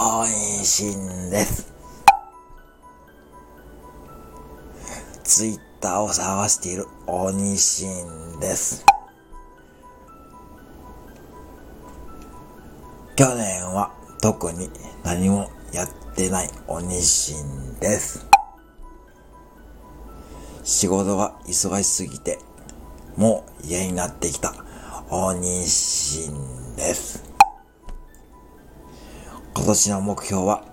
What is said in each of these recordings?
大西です。ツイッターを探している大西です。去年は特に何もやってない大西です。仕事が忙しすぎてもう嫌になってきた大西です。今年の目標は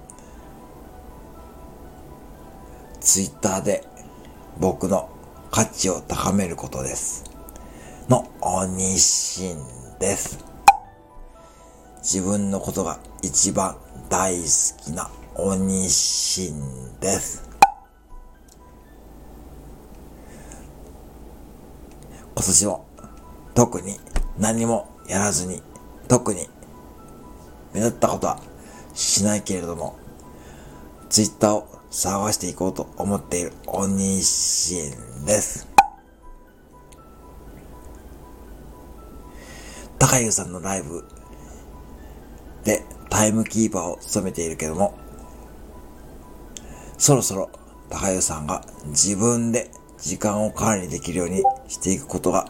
ツイッターで僕の価値を高めることですの大西です。自分のことが一番大好きな大西です。今年も特に何もやらずに、特に目立ったことはしないけれども、ツイッターを探していこうと思っている大西です。高優さんのライブでタイムキーパーを務めているけども、そろそろ高優さんが自分で時間を管理できるようにしていくことを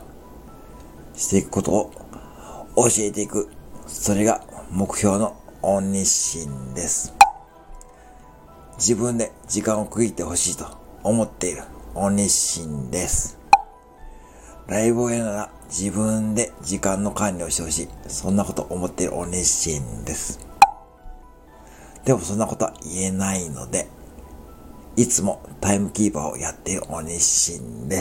教えていく。それが目標の大西です。自分で時間を区切ってほしいと思っている大西です。ライブをやるなら自分で時間の管理をしてほしい。そんなこと思っている大西です。でもそんなことは言えないので、いつもタイムキーパーをやっている大西です。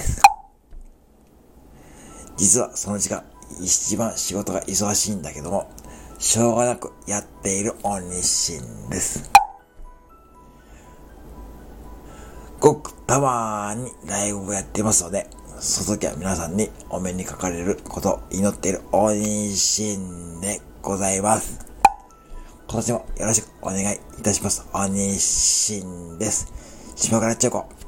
実はその時間一番仕事が忙しいんだけども、しょうがなくやっている大西です。ごくたまにライブをやっていますので、その時は皆さんにお目にかかれることを祈っている大西でございます。今年もよろしくお願いいたします。大西です。島からちゃこ。